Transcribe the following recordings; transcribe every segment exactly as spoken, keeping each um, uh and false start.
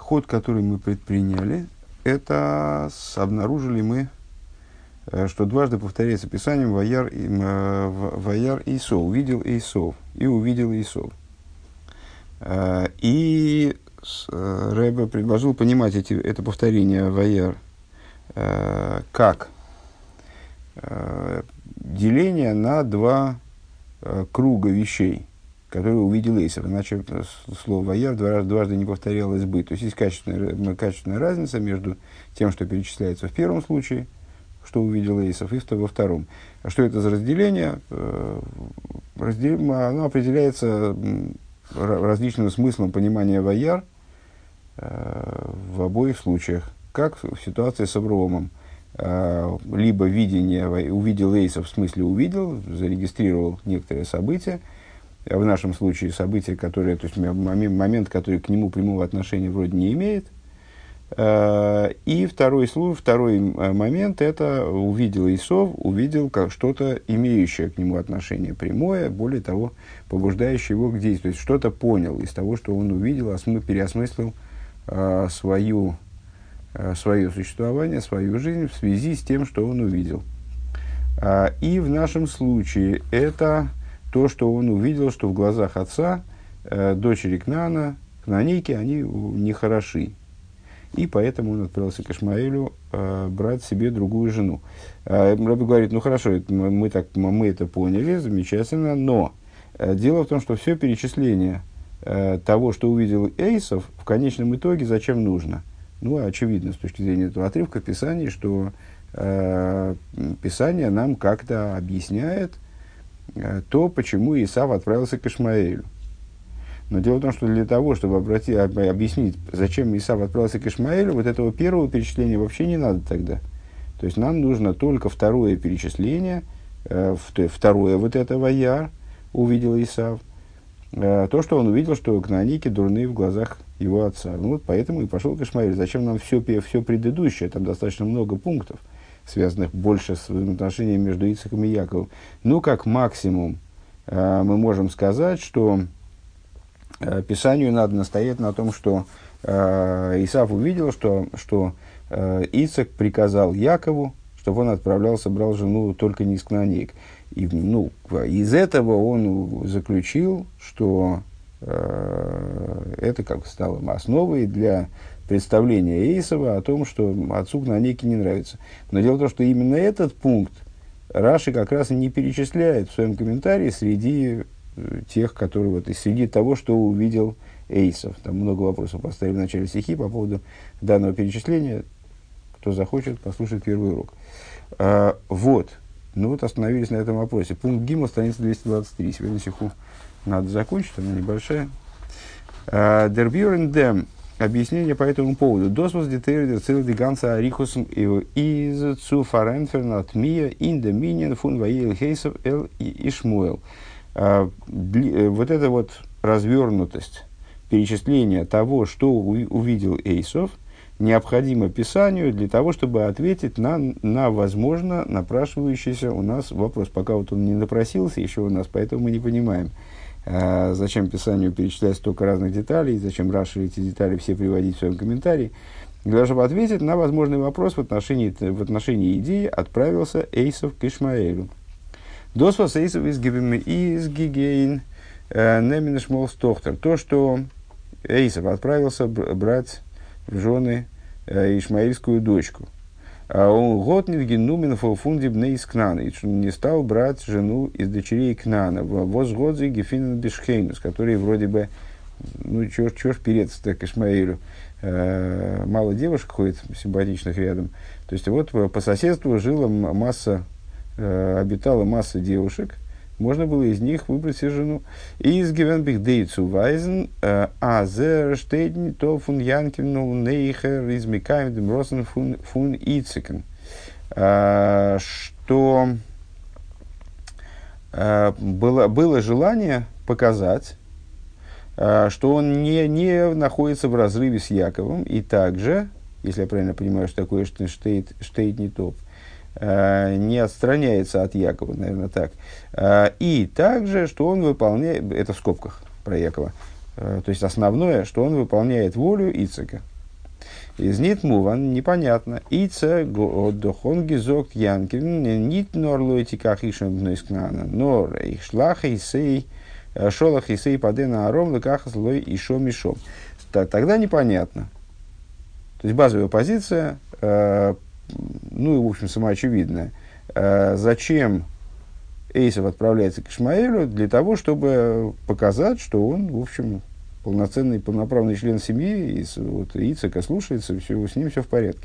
ход, который мы предприняли, это с- обнаружили мы, э, что дважды повторяется Писанием «Ваяр, и- м, э, в- Ваяр Исов», «увидел Исов» и «увидел Исов». Э, И с- э, Рэбе предложил понимать эти, это повторение «Ваяр» э, как э, деление на два э, круга вещей, которые увидел Эйсов. Иначе э, с- слово «ваяр» два раза, дважды не повторялось бы. То есть есть качественная, ра- качественная разница между тем, что перечисляется в первом случае, что увидел Эйсов, и в- во втором. А что это за разделение? Э, раздел- Оно определяется м, ра- различным смыслом понимания «ваяр» э, в обоих случаях. Как в ситуации с Авромом. Э, либо видение, во- увидел Эйсов, в смысле увидел, зарегистрировал некоторое событие, а в нашем случае событие, которое, то есть момент, момент, который к нему прямого отношения вроде не имеет. Э, И второй, слу- второй м, момент – это увидел Исов, увидел как что-то, имеющее к нему отношение прямое, более того, побуждающее его к действию. То есть что-то понял из того, что он увидел, осмы- переосмыслил э, свою, э, свое существование, свою жизнь в связи с тем, что он увидел. А, И в нашем случае это то, что он увидел, что в глазах отца э, дочери Кнаана, кнаанейки, они у- нехороши. И поэтому он отправился к Ишмаэлю э, брать себе другую жену. Э, Раби говорит, ну хорошо, это мы, мы так, мы это поняли, замечательно, но э, дело в том, что все перечисление э, того, что увидел Эйсов, в конечном итоге зачем нужно? Ну, очевидно, с точки зрения этого отрывка Писания, что э, Писание нам как-то объясняет э, то, почему Исав отправился к Ишмаэлю. Но дело в том, что для того, чтобы обрати, об- объяснить, зачем Исав отправился к Ишмаэлю, вот этого первого перечисления вообще не надо тогда. То есть нам нужно только второе перечисление, э, в- то есть второе вот это «Ваяр» увидел Исав, э, то, что он увидел, что кнаанейки дурные в глазах его отца. Ну, вот поэтому и пошел к Ишмаэлю. Зачем нам все, все предыдущее? Там достаточно много пунктов, связанных больше с взаимоотношениями между Ицхаком и Яковом. Ну, как максимум, э, мы можем сказать, что Э, Писанию надо настоять на том, что э, Исав увидел, что, что э, Ицхак приказал Якову, чтобы он отправлялся, брал жену только не из кнаанеек. И ну, из этого он заключил, что э, это как стало основой для представления Эйсова о том, что отцу кнаанейки не нравится. Но дело в том, что именно этот пункт Раши как раз и не перечисляет в своем комментарии среди тех, которые вот, и среди того, что увидел Эйсов. Там много вопросов поставили в начале стихи по поводу данного перечисления. Кто захочет, послушать первый урок. А, вот. Ну вот остановились на этом вопросе. Пункт Гимл, страница двести двадцать три. Сегодня стиху надо закончить, она небольшая. Дербюрен дем. Объяснение по этому поводу. Досвос детейрдер цилди ганса арихусом из цуфаренфернат мия ин доминион фун ваил хейсов эл ишмуэл. А, дли- вот эта вот развернутость перечисления того, что у- увидел Эйсов, необходимо Писанию для того, чтобы ответить на, на, возможно, напрашивающийся у нас вопрос. Пока вот он не напросился еще у нас, поэтому мы не понимаем, а, зачем Писанию перечислять столько разных деталей, зачем Раши эти детали все приводить в своем комментарии. Для того, чтобы ответить на возможный вопрос в отношении, в отношении идеи, отправился Эйсов к Ишмаэлю. Досвас Эйсов из Гигейн Неминеш Молстохтер. То, что Эйсов отправился б- брать в жены э, ишмаильскую дочку. А он готнит генумен фундиб не из Кнана. И он не стал брать жену из дочерей Кнана. Возгодзи гефинен бешхейнус, который вроде бы, ну, чё ж переться к Ишмаилю. Э, мало девушек ходит симпатичных рядом. То есть, вот по соседству жила м- масса, э, обитала масса девушек. Можно было из них выбрать себе жену. Из Гевенбих Дейцу Вайзен, а зер штейдни то фун Янкину нейхер из Микаем Демросен фун Ицекен. Что э, было, было желание показать, э, что он не, не находится в разрыве с Яковом, и также, если я правильно понимаю, что такое штейт, штейдни топ, не отстраняется от Якова, наверное, так. И также, что он выполняет, это в скобках про Якова, то есть основное, что он выполняет волю Ицхака. Из нит муван непонятно. Ица дохон гизок янкин нит нор лойти как ишем бнойскнана. Нор их шлаха и сей шолах и сей падена аром лекахас лой ишом ишом. Тогда непонятно. То есть базовая позиция, э, ну и в общем самоочевидная. Э, зачем Эйсов отправляется к Ишмаэлю? Для того, чтобы показать, что он, в общем, полноценный, полноправный член семьи, и вот, Ицека слушается, все, с ним все в порядке.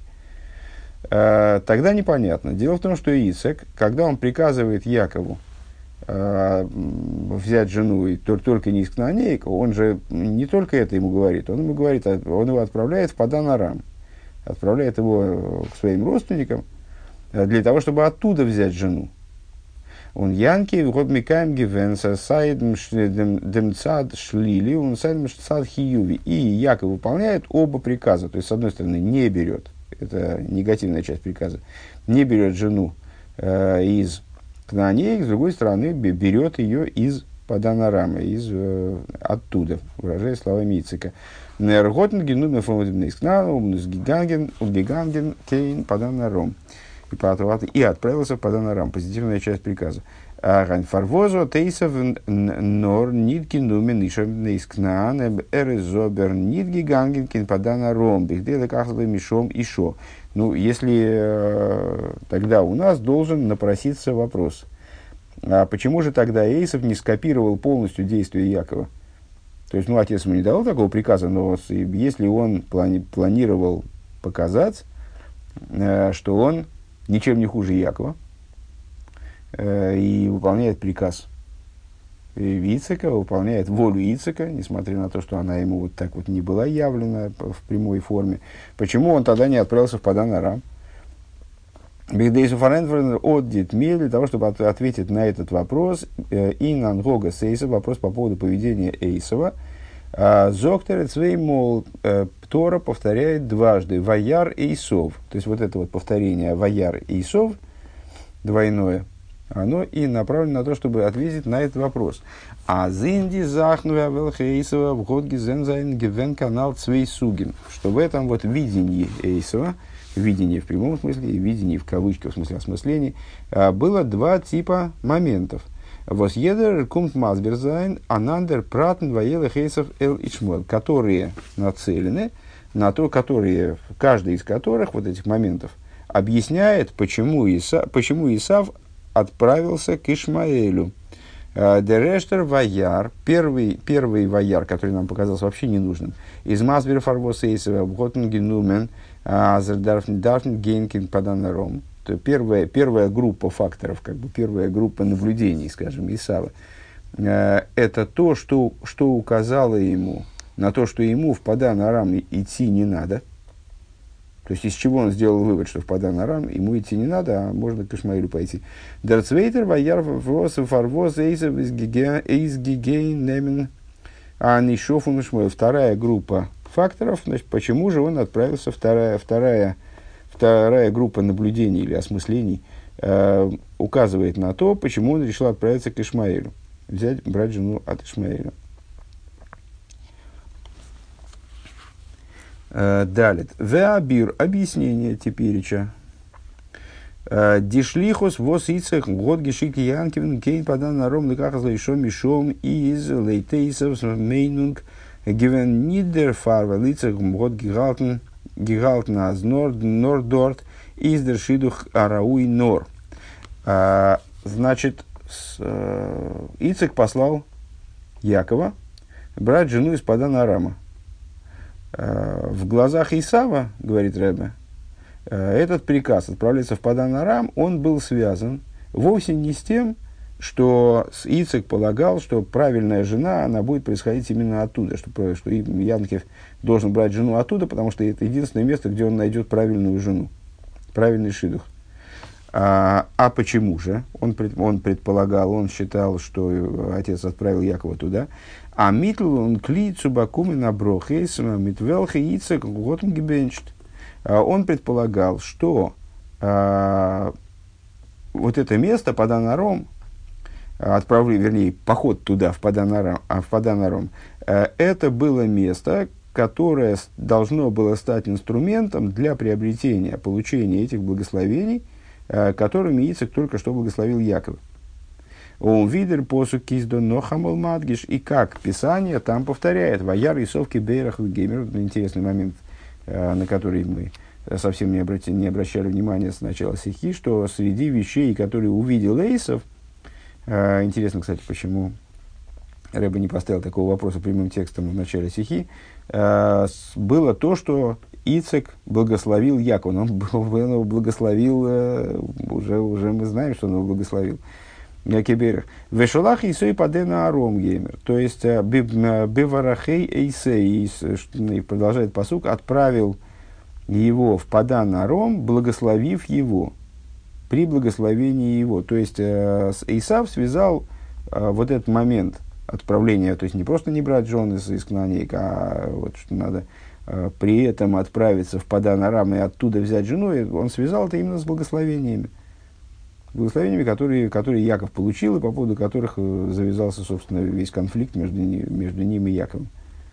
Э, тогда непонятно. Дело в том, что Ицек, когда он приказывает Якову э, взять жену, и только, только не из Кнаанеек, он же не только это ему говорит, он ему говорит, он его отправляет в Падан-Арам, отправляет его к своим родственникам, э, для того, чтобы оттуда взять жену. Он янки год микаем гивенса сайдем демцад шлили, он сайдем цад хиюви. И Яков выполняет оба приказа. То есть, с одной стороны, не берет, это негативная часть приказа, не берет жену э, из Кнаанеек, с другой стороны, берет ее из Падан-Арама, из, э, оттуда, выражая словами Ицека. Нерготен генуме фомодебнейс кнана, умнус гиганген, убеганген, кейн, Падан-Арам. И отправился в Падан-Арам. Позитивная часть приказа. Фарвозо тейсов нор нитки нумен ишем эрезобер нитги гангенкин Падан-Арам. Бихдели кахлы мишом ишо. Ну, если э, тогда у нас должен напроситься вопрос. А почему же тогда Эйсов не скопировал полностью действия Якова? То есть, ну, отец ему не давал такого приказа, но если он плани- планировал показать, э, что он ничем не хуже Якова, э, и выполняет приказ Ицека, выполняет волю Ицека, несмотря на то, что она ему вот так вот не была явлена в прямой форме. Почему он тогда не отправился в Падан-Арам? Бигдейсу фаренфернер отдит мель для того, чтобы от, ответить на этот вопрос. И нангога сейса, вопрос по поводу поведения Эйсова. Зоктерет свей, мол, Тора повторяет дважды Ваяр Эйсов. То есть, вот это вот повторение Ваяр Эйсов, двойное, оно и направлено на то, чтобы ответить на этот вопрос. А зинди захнуя велхейсова в год гизензайн гивен канал цвейсугин. Что в этом вот видении Эйсова, видение в прямом смысле и видение в кавычках, в смысле осмыслений, было два типа моментов. Восъедер кумт масберзайн анандер пратн ваелы хейсов эл ичмол, которые нацелены на то, которые, каждый из которых, вот этих моментов, объясняет, почему, Иса, почему Исав отправился к Ишмаэлю. Дерештер ваяр, первый, первый ваяр, который нам показался вообще ненужным, из масбер фарвос Эйсова бготен генумен азердарфн дарфн гейнкин Падан-Арам. Первая, первая группа факторов, как бы первая группа наблюдений, скажем, Исава, э, это то, что, что указало ему на то, что ему в Падан-Арам идти не надо. То есть, из чего он сделал вывод, что в Падан-Арам ему идти не надо, а можно к Ишмаэлю пойти. Дерцвейтер ваяр вросов фарвоз эйзов из гигейн немен анишофун Ишмаэль. Вторая группа факторов, значит, почему же он отправился, вторая, вторая Вторая группа наблюдений или осмыслений э, указывает на то, почему он решил отправиться к Ишмаэлю, взять, брать жену от Ишмаэля. Э, далее. Веабир. Объяснение тепереча. Дишлихос вос ицех год гешик янкивен кейн Падан-Арам лекахас лейшом мишом из лейтейсов мейнунг гивен нидер фарва лицех год гигалтен Гигалтен аз Нордорт из дершидух Арауи Нор. Значит, Ицек послал Якова брать жену из Падан-Арама. В глазах Исава, говорит Ребе, этот приказ отправляться в Падан-Арам, он был связан вовсе не с тем, что Ицек полагал, что правильная жена, она будет происходить именно оттуда, что, что Янкев должен брать жену оттуда, потому что это единственное место, где он найдет правильную жену, правильный шидух. А, а почему же? Он, пред, он предполагал, он считал, что отец отправил Якова туда. А митл он кли цубакуми на брохейс митвелхи Ицек готм гибенчт. Он предполагал, что а, вот это место, Падан-Арам, отправили, вернее, поход туда, в Падан-Арам, а в Падан-Арам, это было место, которое должно было стать инструментом для приобретения, получения этих благословений, которыми Ицхак только что благословил Якова. Он видер посук киздо нохамол мадгиш, и как Писание там повторяет «Ваяр Исов кибейрах геймер». Интересный момент, на который мы совсем не, обрати, не обращали внимания с начала стихи, что среди вещей, которые увидел Эйсов, интересно, кстати, почему Рэбе не поставил такого вопроса прямым текстом в начале стихи, было то, что Ицхак благословил Якова. Он его благословил, уже, уже мы знаем, что он его благословил. Вешулах Исой падена аром геймер. То есть, биварахей эйсей, продолжает пасук, отправил его в падан аром, благословив его, при благословении его. То есть, Эйсав связал вот этот момент отправления, то есть, не просто не брать жен из, из Кнаанейка, а вот что надо при этом отправиться в падан арам и оттуда взять жену, он связал это именно с благословениями. Благословениями, которые, которые Яков получил, и по поводу которых завязался, собственно, весь конфликт между, между ним и Яковом.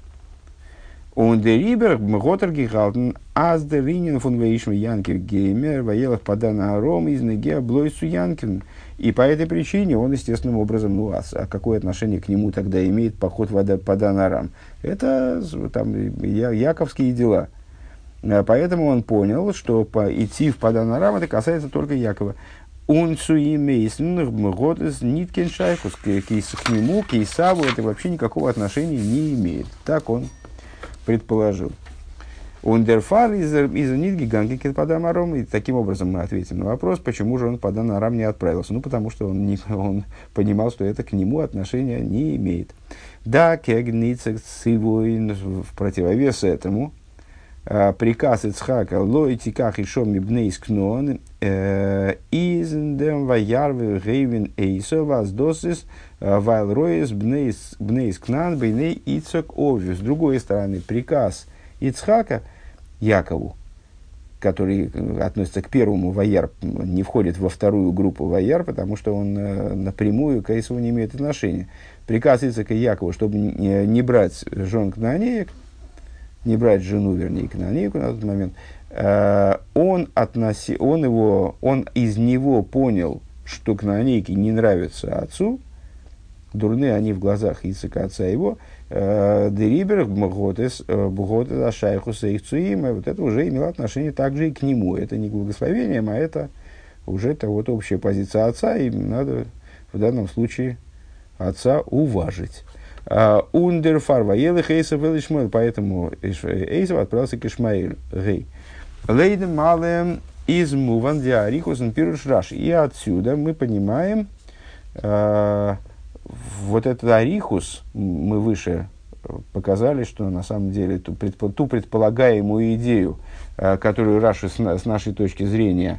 Он дерибер мготер гехалтен аз дер ринен фон вейшм янкер геймер воелах падана аром из неге блойсу янкин. И по этой причине он, естественным образом, ну, а, а какое отношение к нему тогда имеет поход в падан арам? Это там я, яковские дела. Поэтому он понял, что по, идти в падан арам это касается только Якова. Он суимейсен год ниткин шайхус к нему, к Исаву, это вообще никакого отношения не имеет. Так он предположил. Он дерфар из нитки ганги к падан арам. И таким образом мы ответим на вопрос, почему же он в падан арам не отправился. Ну, потому что он, не, он понимал, что это к нему отношения не имеет. Да, кегницек сивоин, в противовес этому, приказ Ицхака лой тиках и шом мибнейс кнон изендем ваярве гейвен эйсо воздосис вайл роис бнейс кнан бейней Ицхак овью. С другой стороны, приказ Ицхака Якову, который относится к первому ваяр, не входит во вторую группу ваяр, потому что он напрямую к Эйсову не имеет отношения. Приказ Ицхака Якову, чтобы не, не брать жен кнаанеек, не брать жену, вернее, кнаанейку на тот момент, э, он, относи, он, его, он из него понял, что кнаанейки не нравятся отцу, дурны они в глазах Ицхака, отца его, дерибер бготес бготес ашайхуса их цуима, вот это уже имело отношение также и к нему. Это не к благословениям, а это уже это вот общая позиция отца, и надо в данном случае отца уважить. Ундерфар воелых Эйсов и Ишмаэль, поэтому Эйсов отправился к Ишмаэлю. Лейдем малем из муван диарихус пируш раш. И отсюда мы понимаем, э, вот этот арихус, мы выше показали, что на самом деле ту, предпо, ту предполагаемую идею, э, которую Раши с, с нашей точки зрения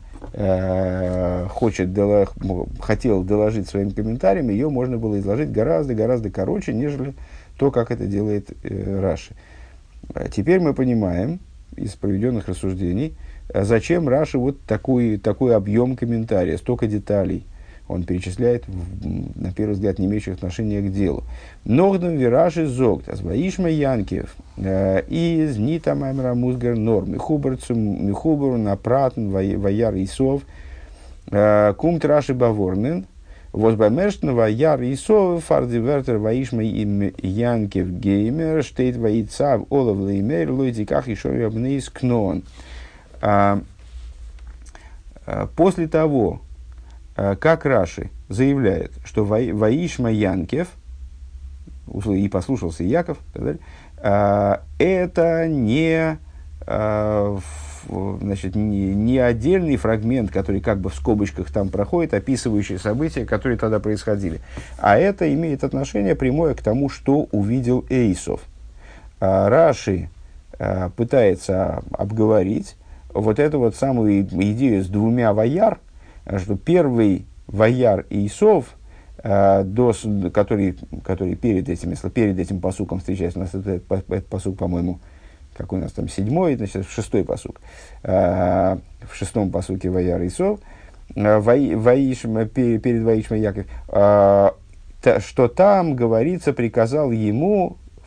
э, хочет дола, хотел доложить своим комментарием, ее можно было изложить гораздо-гораздо короче, нежели то, как это делает э, Раши. Теперь мы понимаем из проведенных рассуждений, зачем Раши вот такой, такой объем комментария, столько деталей он перечисляет, на первый взгляд, не имеющих отношения к делу. Ногдам вираши зогт, азваишма янкев, из нита маймра музгар норм, михубарцум, михубару напратн, ваяр исов, кумт раши баворнен, возбамерштн ваяр исов, фардивертер ваишма им янкев геймер, штейт ваицав, олов леймер, лойдиках и шовябнейс кнон. После того, как Раши заявляет, что Ваишма Янкев, и послушался Яков, так далее, это не, значит, не, не отдельный фрагмент, который как бы в скобочках там проходит, описывающий события, которые тогда происходили, а это имеет отношение прямое к тому, что увидел Эйсов. Раши пытается обговорить вот эту вот самую идею с двумя ваяр, что первый ваяр Исов, э, до, который, который перед этим, если перед этим пасуком встречается, у нас этот, этот пасук, по-моему, какой у нас там, седьмой, значит, шестой пасук, э, в шестом пасуке ваяр Исов, э, ваишма, перед Ваишма Яков, э, та, что там, говорится, приказал ему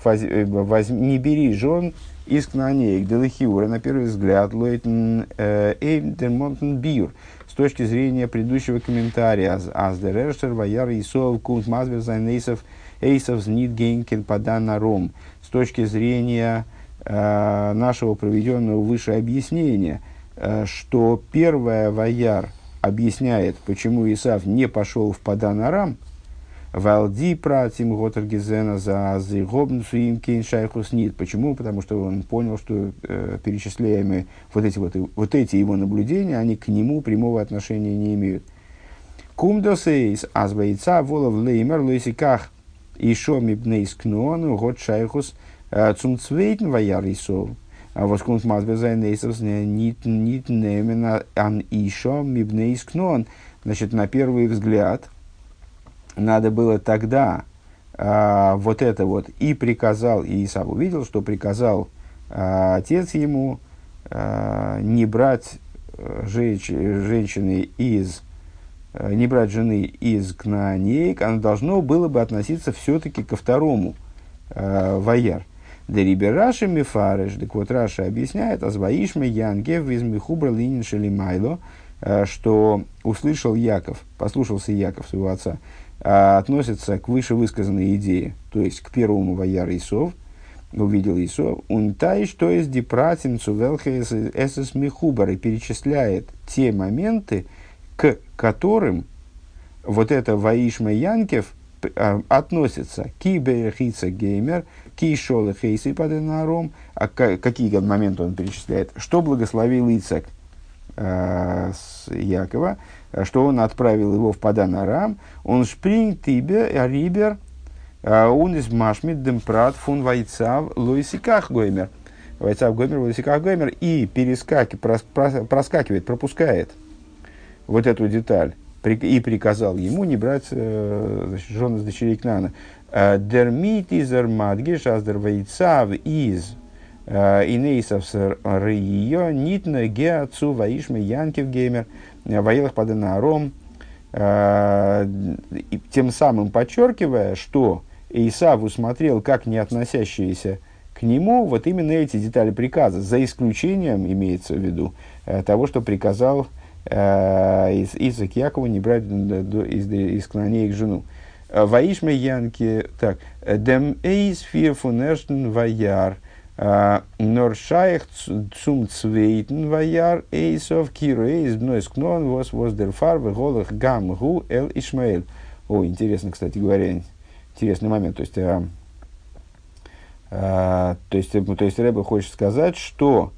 не бери жен из кнаанеек, делахиура, на первый взгляд, лойтен эймдермонтен биур, с точки зрения предыдущего комментария, аздерешер, ваяр, исов, кунт, мазвер, зайнейсов, эйсов, знит, гейнкен, подан на ром, с точки зрения э, нашего проведенного выше объяснения, э, что первое ваяр объясняет, почему Исав не пошел в Падан Арам, Валди пратим Готергизена за зигобнсу им кейн шайхус нит. Почему? Потому что он понял, что э, перечисляемые вот эти, вот, вот эти его наблюдения, они к нему прямого отношения не имеют. Кумдосейс азвайца волов леймер лойсиках ишо мибнейс кнону год шайхус цум цвейтн ваяр исов. Воскунт мазбезайнейсов нит нит немена ан ишо мибнейс кнон. Значит, на первый взгляд, надо было тогда а, вот это вот и приказал, и Исав увидел, что приказал а, отец ему а, не брать женщ, женщины из, а, не брать жены из кнаанеек, оно должно было бы относиться все-таки ко второму а, ваяр. Дерибе Раши мифареш, так вот Раша объясняет, азваишме янгев визмихубра линин шелимайло, что услышал Яков, послушался Яков своего отца, относится к вышевысказанной идее, то есть к первому ваяр Исов, увидел Исов, унтай, что есть депратим цувелхе эсэс михубар, и перечисляет те моменты, к которым вот это ваишма янкев относится ки берехица геймер, ки шолы хейсы паденаром, а какие моменты он перечисляет, что благословил Ицак э, с Якова, что он отправил его в Падан Арам, он шпринг тебе рибер, он из машмит демпрат фун вайцав лойсиках гоймер, вайцав гоймер лойсиках гоймер, и перескакивает, прос, прос, проскакивает, пропускает вот эту деталь, при, и приказал ему не брать э, жены с дочерей Кнаана. Дермит из армадгиш аздер вайцав из инейсов рыйо нитно геацу ваишме янкев геймер воелах падена аром, тем самым подчеркивая, что Исав усмотрел как не относящиеся к нему вот именно эти детали приказа, за исключением, имеется в виду, того, что приказал Ицак Якову не брать из, из кнаанеек жену. Ваишме янки, так, дем эйс фир фунерштен ваяр, Норшайх цум цвейтен ваяр эйсов киру эйс бнойс кнон вос вос дер фарве голых гам гу эл Ишмаэль. О, интересно, кстати говоря, интересный момент. То есть, а, а, то есть, то есть Ребе хочет сказать, что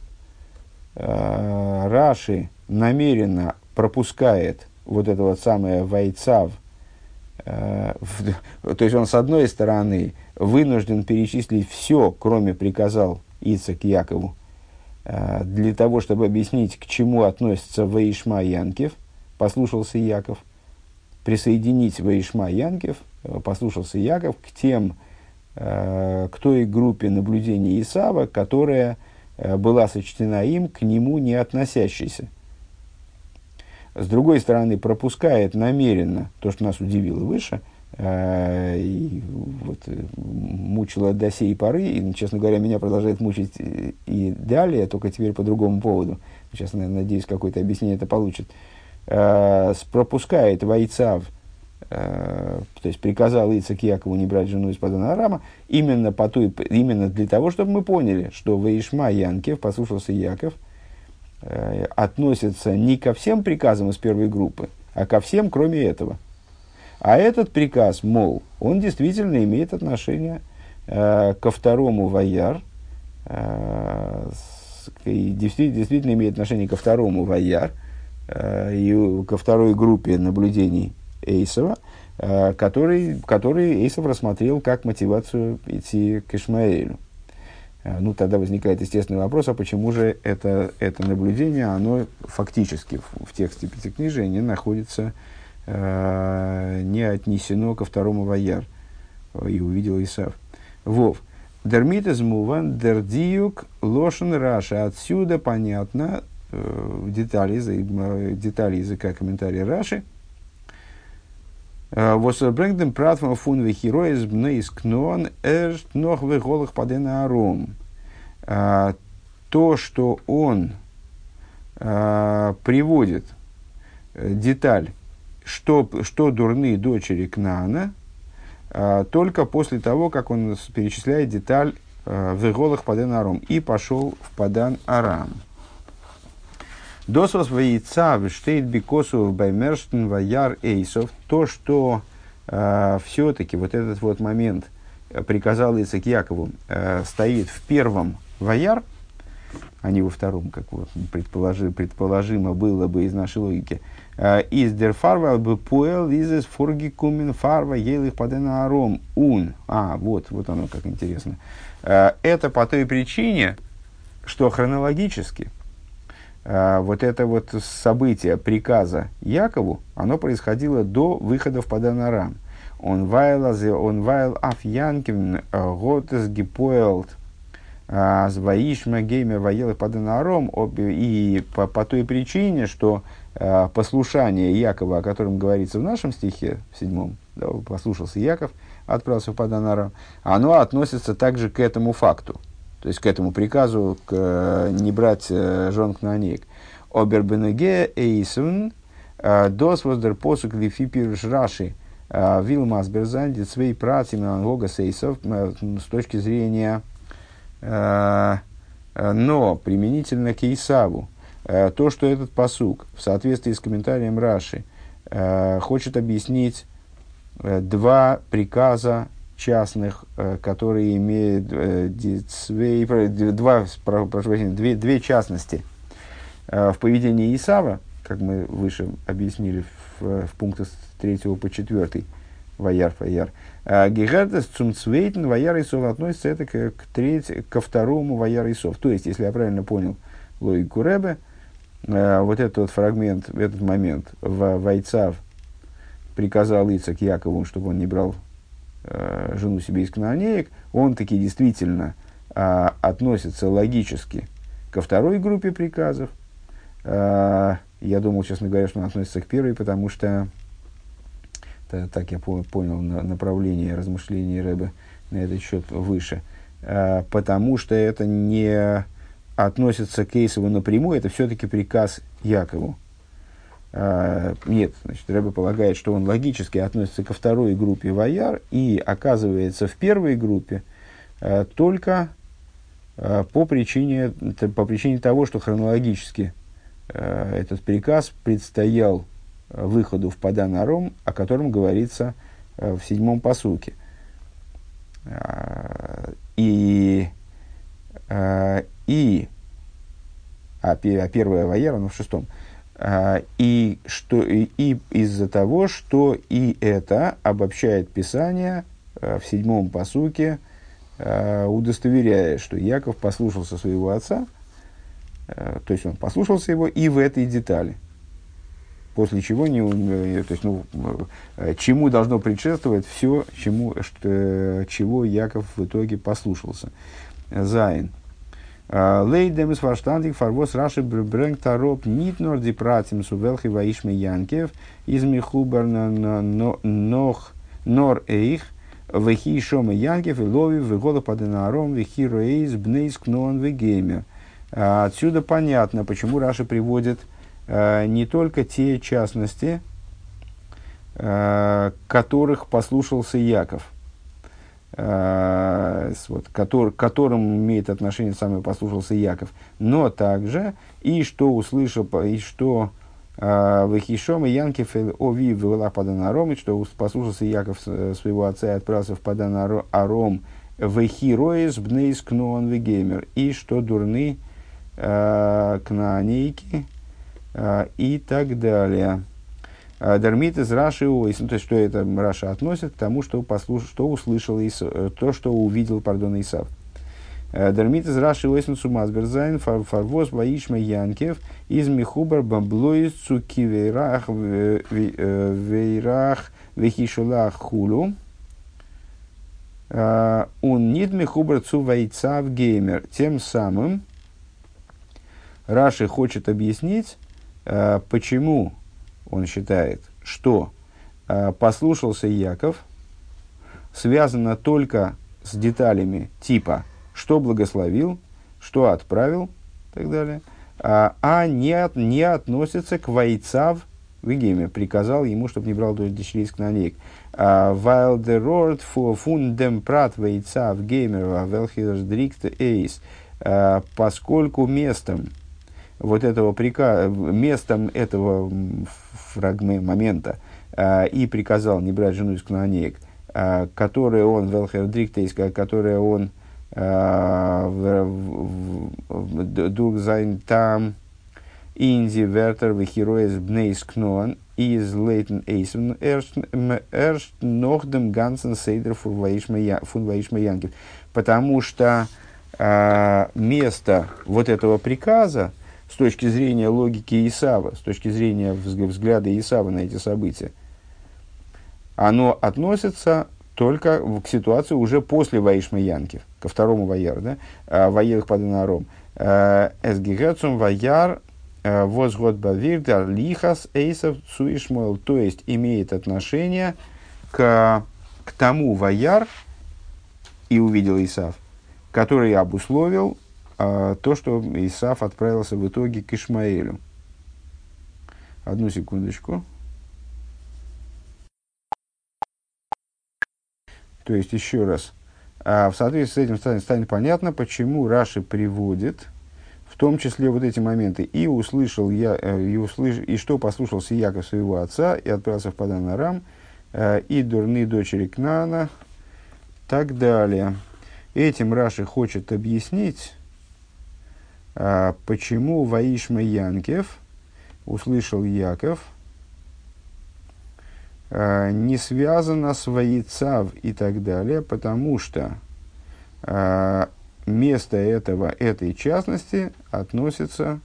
а, Раши намеренно пропускает вот это вот самое вайцав. А, в, то есть он с одной стороны вынужден перечислить все, кроме приказал Ицак Якову, для того, чтобы объяснить, к чему относится Ваишма Янкев, послушался Яков, присоединить Ваишма Янкев, послушался Яков к тем, к той группе наблюдений Исава, которая была сочтена им, к нему не относящейся. С другой стороны, пропускает намеренно то, что нас удивило выше, и вот, мучила до сей поры, и, честно говоря, меня продолжает мучить и далее, только теперь по другому поводу. Сейчас, наверное, надеюсь, какое-то объяснение это получит. Пропускает Вайцав, то есть приказал Ицак Якову не брать жену из Падана Арама, именно, по той, именно для того, чтобы мы поняли, что Ваишма Янкев, послушался Яков, относится не ко всем приказам из первой группы, а ко всем, кроме этого. А этот приказ, мол, он действительно имеет отношение э, ко второму ваяр, э, с, и действительно, действительно имеет отношение ко второму ваяр, э, и ко второй группе наблюдений Эйсова, э, который, который Эйсов рассмотрел как мотивацию идти к Ишмаэлю. Э, ну, тогда возникает естественный вопрос, а почему же это, это наблюдение, оно фактически в, в тексте Пятикнижия не находится, не отнесено ко второму ваяр, и увидел Исав. Вов. Дермит из муван, дердиюк, лошен раша. Отсюда понятно, детали, детали языка комментария Раши, Was bringt dem Pratвам фун вехироис бнейс кнон эрст нох веголых падена аром. То, что он э, приводит деталь, что, что дурные дочери Кнаана, э, только после того, как он перечисляет деталь э, веголых падена аром и пошел в Падан Арам. Досвос вейца штейт бикосу баймерштен ваяр эйсов. То, что э, все-таки вот этот вот момент приказал Ицхак Якову, э, стоит в первом ваяр, а не во втором, как вот предположи, предположимо было бы из нашей логики. Из дер фарва бы пуэл из фурги кумен фарва елых падена аром ун. А, вот, вот оно как интересно. Э, это по той причине, что хронологически вот это вот событие приказа Якову, оно происходило до выхода в Падан Арам. Он вайл, он вайл аф янкин готес гипоэлт зваишма гейме ваел и Падан Арам. И по, по той причине, что э, послушание Якова, о котором говорится в нашем стихе, в седьмом, да, послушался Яков, отправился в Падан Арам, оно относится также к этому факту. То есть к этому приказу к, не брать э, жен кнаанеек. Обербенеге эйсун дос воздер посук лифи пируш раши вилмас берзанди цвей пратим ангога сейсов с точки зрения э, но применительно к Исаву. Э, то, что этот пасук в соответствии с комментарием Раши э, хочет объяснить э, два приказа частных, которые имеют э, свои, два, прошу прощения, две, две частности э, в поведении Исава, как мы выше объяснили в, в пунктах с третьего по четвертый, ваяр, ваяр. Гигардес цумцвейтен ваяр Исов относится это к, к треть, ко второму ваяр Исов. То есть, если я правильно понял логику Ребе, э, вот этот вот фрагмент, этот момент в Вайцав приказал Ицхак Якову, чтобы он не брал жену себе из кнаанеек, он таки действительно а, относится логически ко второй группе приказов. А, я думал, честно говоря, что он относится к первой, потому что та, так я по, понял на, направление размышлений Ребе на этот счет выше. А, потому что это не относится к Исаву напрямую, это все-таки приказ Якову. Uh, нет, значит, Ребе полагает, что он логически относится ко второй группе ваяр и оказывается в первой группе uh, только uh, по, причине, по причине того, что хронологически uh, этот приказ предстоял uh, выходу в Падан Арам, о котором говорится uh, в седьмом пасуке. Uh, и uh, и а, а первая ваяр, оно в шестом. Uh, и, что, и, и из-за того, что и это обобщает Писание uh, в седьмом пасуке, uh, удостоверяя, что Яков послушался своего отца, uh, то есть он послушался его и в этой детали. После чего, не, то есть, ну, чему должно предшествовать все, чему, что, чего Яков в итоге послушался. Зайн. Лейдем из фарштандик фарвос раши брэнк тароп нит нор ди пратим сувелхи ваишме янкев из михубар нох нор эйх вехи шоме янкев и лови вегола паденаром вехи роэйз бнейс кноан вегеймер. Отсюда понятно, почему Раши приводит uh, не только те частности, uh, которых послушался Яков, Uh, вот, который, которым имеет отношение сам послушался Яков, но также и что услышал, и что Вехишом и Янкев ови вела Падан Аром, и что послушался Яков своего отца и отправился в Падан Аром Вехироис бнейс кноан вегеймер, и что дурны uh, кнаанейки uh, и так далее. Дармит из Раши Уэйс, ну, то есть, что это Раша относит к тому, что, послуш... что услышал Исав, то, что увидел, пардон, Исав. Дармит из Раши Уэйс Сумасберзайн фарвоз ваишма Янкев из Михубар бамблоис цуки вейрах вейрах вехишулах хулу он нит Михубар цу вайцав геймер. Тем самым Раши хочет объяснить, почему он считает, что э, послушался Яков, связано только с деталями типа «что благословил», «что отправил» и так далее, а, а не, от, не относится к «вайцав» в Гейме, приказал ему, чтобы не брал дочерей из кнанеек. «Weil der Ort von dem Prat вайцав Геймер welches strikt eis», поскольку местом вот этого приказа, местом этого фрагмента, момента, и приказал не брать жену из кнанеек, которые он, Велхердриктейс, которые он дух зайн там инди вертер вехироес бнейс кнон из лейтен эйсен эрст нохдем гансен сейдер фун ваишма янкев. Потому что а, место вот этого приказа с точки зрения логики Исава, с точки зрения взгляда Исава на эти события, оно относится только к ситуации уже после Ваишма Янкев, ко второму Ваяру, да? Ваерах Паданаром. Эсгигецум Ваяр возгод бавирда лихас эйсов цуишмоэл, то есть имеет отношение к, к тому Ваяр, и увидел Исав, который обусловил а, то, что Исав отправился в итоге к Ишмаэлю. Одну секундочку. То есть, еще раз, а в соответствии с этим станет, станет понятно, почему Раши приводит, в том числе вот эти моменты. И услышал я, и, услыш, и что послушался Яков своего отца, и отправился в Падан Арам, и дурные дочери Кнаана, так далее. Этим Раши хочет объяснить, почему Ваишма Янкев услышал Яков, не связано с Ваицав и так далее, потому что э, место этого, этой частности относится,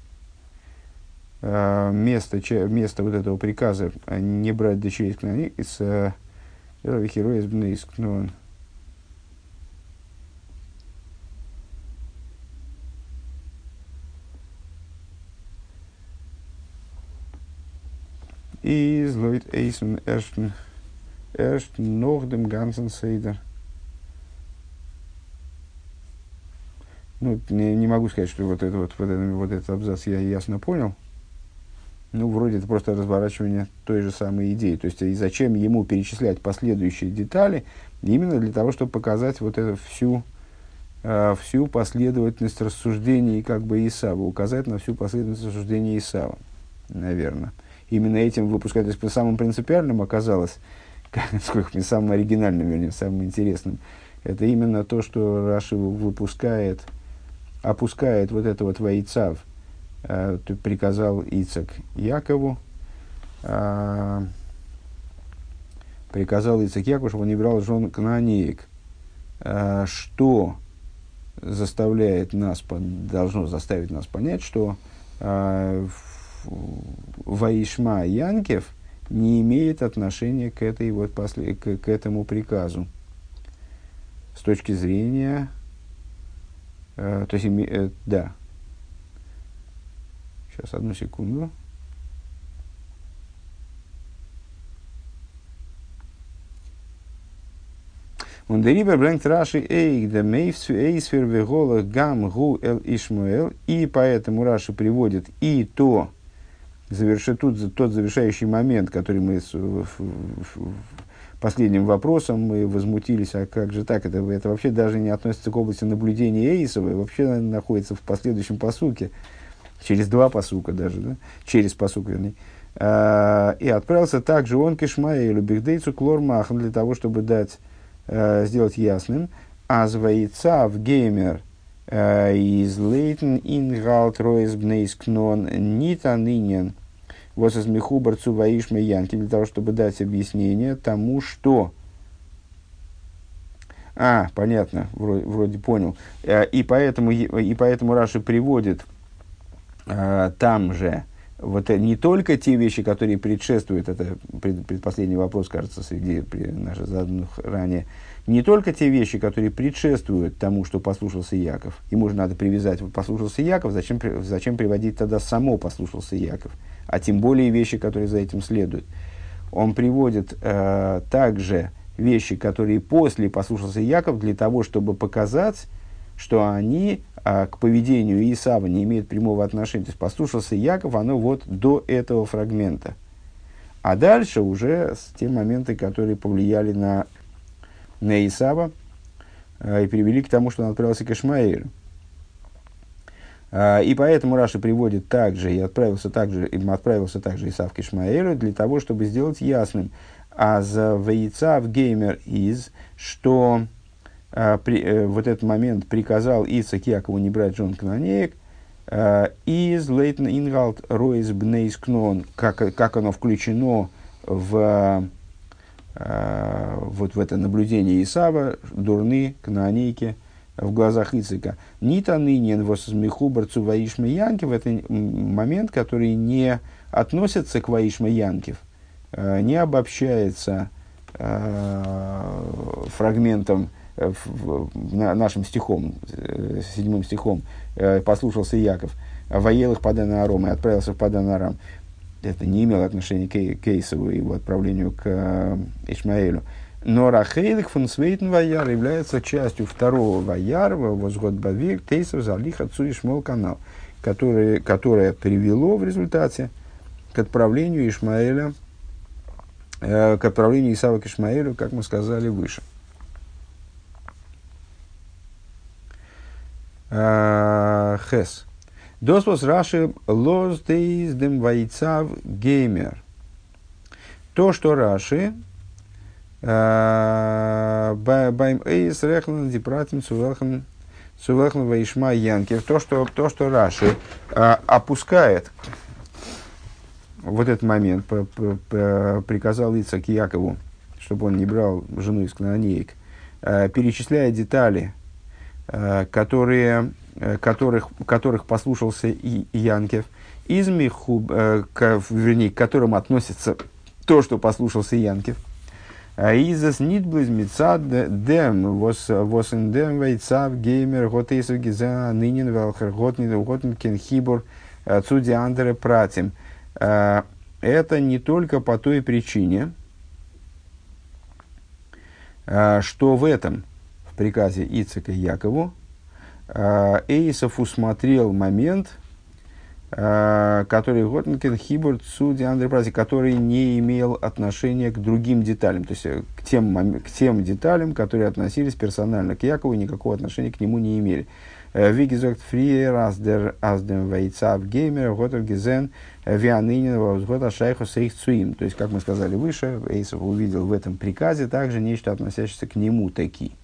э, место, че, место вот этого приказа не брать дочерей из Героя из Бнейскнон. И злоит эйсен эрштен эрштен нох dem ganzen сейдер. Ну, не, не могу сказать, что вот, это, вот, вот, это, вот этот абзац я ясно понял. Ну, вроде это просто разворачивание той же самой идеи. То есть, и зачем ему перечислять последующие детали? Именно для того, чтобы показать вот эту всю, э, всю последовательность рассуждений как бы Исава, указать на всю последовательность рассуждений Исава, наверное. Именно этим выпускательством самым принципиальным оказалось, сколько самым оригинальным, вернее, самым интересным. Это именно то, что Раши выпускает, опускает вот это вот Ваицав, э, приказал Ицак Якову, э, приказал Ицак Якову, чтобы он не брал жен кнаанеек, э, что заставляет нас, должно заставить нас понять, что э, Ваишма Янкев не имеет отношения к, этой вот после, к, к этому приказу с точки зрения, э, то есть, э, да, сейчас, одну секунду. Ундерибер брэнгт Раши эйк да мейфсу эйсфер веголах гам гу эл Ишмуэл, и поэтому Раши приводит и то, завершит тут тот завершающий момент, который мы с, в, в, в, последним вопросом мы возмутились, а как же так, это, это вообще даже не относится к области наблюдения Эйсова, вообще находится в последующем пасуке, через два пасука даже, да? через пасук, вернее. А, и отправился также он к Ишмаэлю, бигдейцу клормахан, для того, чтобы дать, а, сделать ясным, азваица в геймер из лейтен ингалт роис бнейс кнон нита нынен вот из михубар цуваишма янки, для того, чтобы дать объяснение тому, что... А, понятно, вроде, вроде понял. И поэтому, и поэтому Раши приводит а, там же вот не только те вещи, которые предшествуют, это пред, предпоследний вопрос, кажется, среди наших заданных ранее, не только те вещи, которые предшествуют тому, что послушался Яков. Ему же надо привязать, вот послушался Яков, зачем, зачем приводить тогда само послушался Яков, а тем более вещи, которые за этим следуют. он приводит э, также вещи, которые после послушался Яков, для того, чтобы показать, что они э, к поведению Исава не имеют прямого отношения. То есть послушался Яков, оно вот до этого фрагмента. А дальше уже те моменты, которые повлияли на, на Исава э, и привели к тому, что он отправился к Ишмаэлю. Э, и поэтому Раши приводит также, и отправился также, и отправился также Исав к Ишмаэлю, для того, чтобы сделать ясным, а за Ваицав геймер из, что э, при, э, вот этот момент приказал Ицхак Якову не брать жен кнаанеек, из Лейтен Ингалт Ройс Бнейс Кнон, как, как оно включено в, э, вот в это наблюдение Исава, дурны кнаанейки в глазах Ицхака. Нита нынен восмеху борцу Ваишма Янкив, это момент, который не относится к Ваишма Янкив, э, не обобщается э, фрагментом, в, в, в, нашим стихом, э, седьмым стихом, э, послушался Яков, воел их Падан Арам и отправился в Падан Арам. Это не имело отношения к, к Эйсаву и его отправлению к э, Ишмаэлю. Но Рахейлих фон Свейтен Ваяр является частью второго Ваяра, возгод Бавик, Тейсов, Залих, Отцу и Шмол канал, которое, которое привело в результате к отправлению Ишмаэля, э, к отправлению Исава к Ишмаэлю, как мы сказали выше. Хес. Доспос Раши лоз дейс дем вайцав геймер. То, что Раши байм эйс рехлан дипратим сувелхан сувелхан ваишма янкев. То, что то, что Раши опускает вот этот момент, приказал Ицхак Якову, чтобы он не брал жену из кнаанеек, перечисляя детали, которые, которых, которых послушался и Янкев, из Михуб, вернее, к которым относится то, что послушался Янкев. Изас нитблиз мицад дем восендем вейцав геймер готейсов гиза нынен велхер готнин кенхибур цуди андере пратим. Это не только по той причине, что в этом в приказе Ицхака Якову Эйсов усмотрел момент, который Готнкен Хибур Цуди Андрей который не имел отношения к другим деталям, то есть к тем, к тем деталям, которые относились персонально к Якову, никакого отношения к нему не имели. Вигизокт фриер аздер аздем вейцав геймер готов гизен вианынин возгота шайху сейх цуим. То есть, как мы сказали выше, Эйсов увидел в этом приказе также нечто, относящееся к нему таки.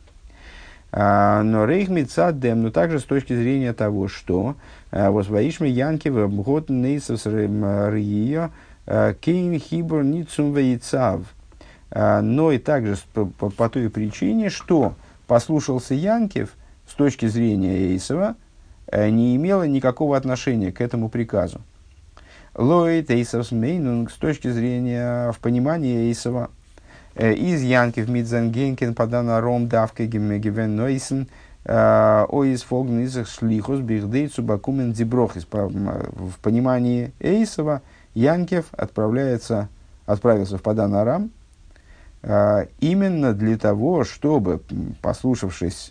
Но рейх митцад дем, но также с точки зрения того, что возваишме янки в год нейсов рия кейн хибур ницум вейцав. Но и также по, по, по той причине, что послушался Янкев с точки зрения Эйсова, не имело никакого отношения к этому приказу. Лойт Эйсовс мейнунг с точки зрения в понимании Эйсова, из Янкев Мидзангенкен Падана Ром Давка Гивен Нойсен Оис Фогн из Шлихус Бихдей Цубакумен Диброхис. В понимании Эйсова Янкев отправляется, отправился в Падан Арам именно для того, чтобы, послушавшись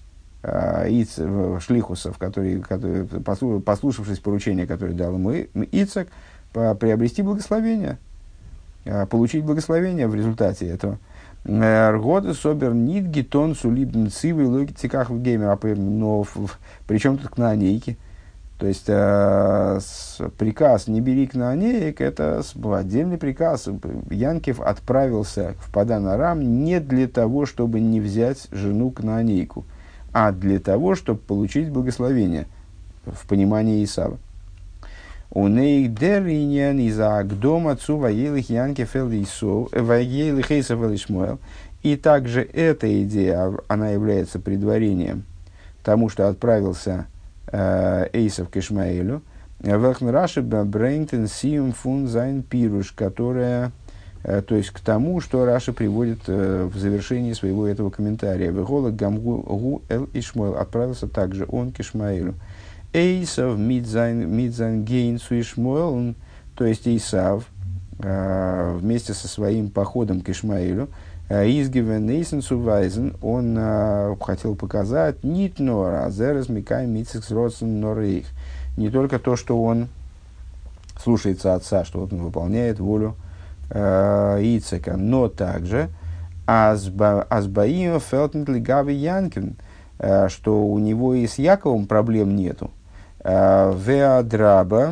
шлихусов, которые, которые, послушавшись поручения, которое дал ему Ицхак, приобрести благословение, получить благословение в результате этого. Ргоды собер нит гитон сулибн цивы логи циках в геймер, но причем тут кнаанейки. То есть э, с, приказ «не бери кнаанеек» — это отдельный приказ. Янкев отправился в Падан Арам не для того, чтобы не взять жену кнаанейку, а для того, чтобы получить благословение в понимании Исава. У ней дериньян из-за агдом отцу воелых Янкев эл Исов, воелых Эйсов эл Ишмоэл. И также эта идея, она является предварением тому, что отправился Эйсов к Ишмаэлю. Велхн Раши брейнтен сиум фун зайн пируш, которая, то есть к тому, что Раши приводит в завершении своего этого комментария. Вегола гамгу гу эл Ишмоэл, отправился также он к Ишмаэлю. Эйсов мидзайн гейн су Ишмоэл, то есть Эйсав э, вместе со своим походом к Ишмаилю, Изгивен Нейсенсу Вайзен, он э, хотел показать нит нора, азерес микай митсикс родсен норейх. Не только то, что он слушается отца, что вот он выполняет волю э, Ицека, но также Азбаим Фелтнет Габи Янкин, что у него и с Яковом проблем нету. Веадраба,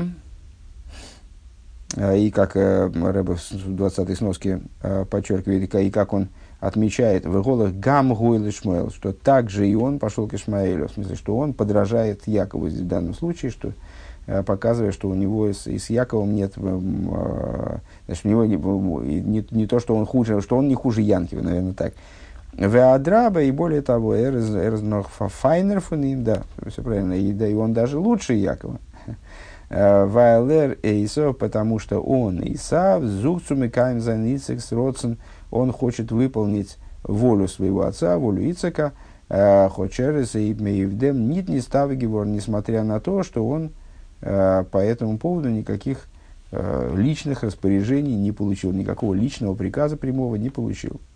и как Рэбе в двадцатой сноске подчеркивает, и как он отмечает в голых гам гуйл Ишмаэл, что также и он пошел к Ишмаэлю, в смысле, что он подражает Якову в данном случае, что показывая, что у него и с, и с Яковом нет, значит, у него не, не, не то, что он хуже, что он не хуже Янкива, наверное, так. Веадраба, и более того, эрз нох файнер фун им, да, все правильно, и, да, и он даже лучше Якова. Вайлер Эйсов, потому что он, Исав, зукцуми кайм заницекс родсен, он хочет выполнить волю своего отца, волю Ицека, хочерес и меивдем нит не ставигивор, несмотря на то, что он по этому поводу никаких личных распоряжений не получил, никакого личного приказа прямого не получил.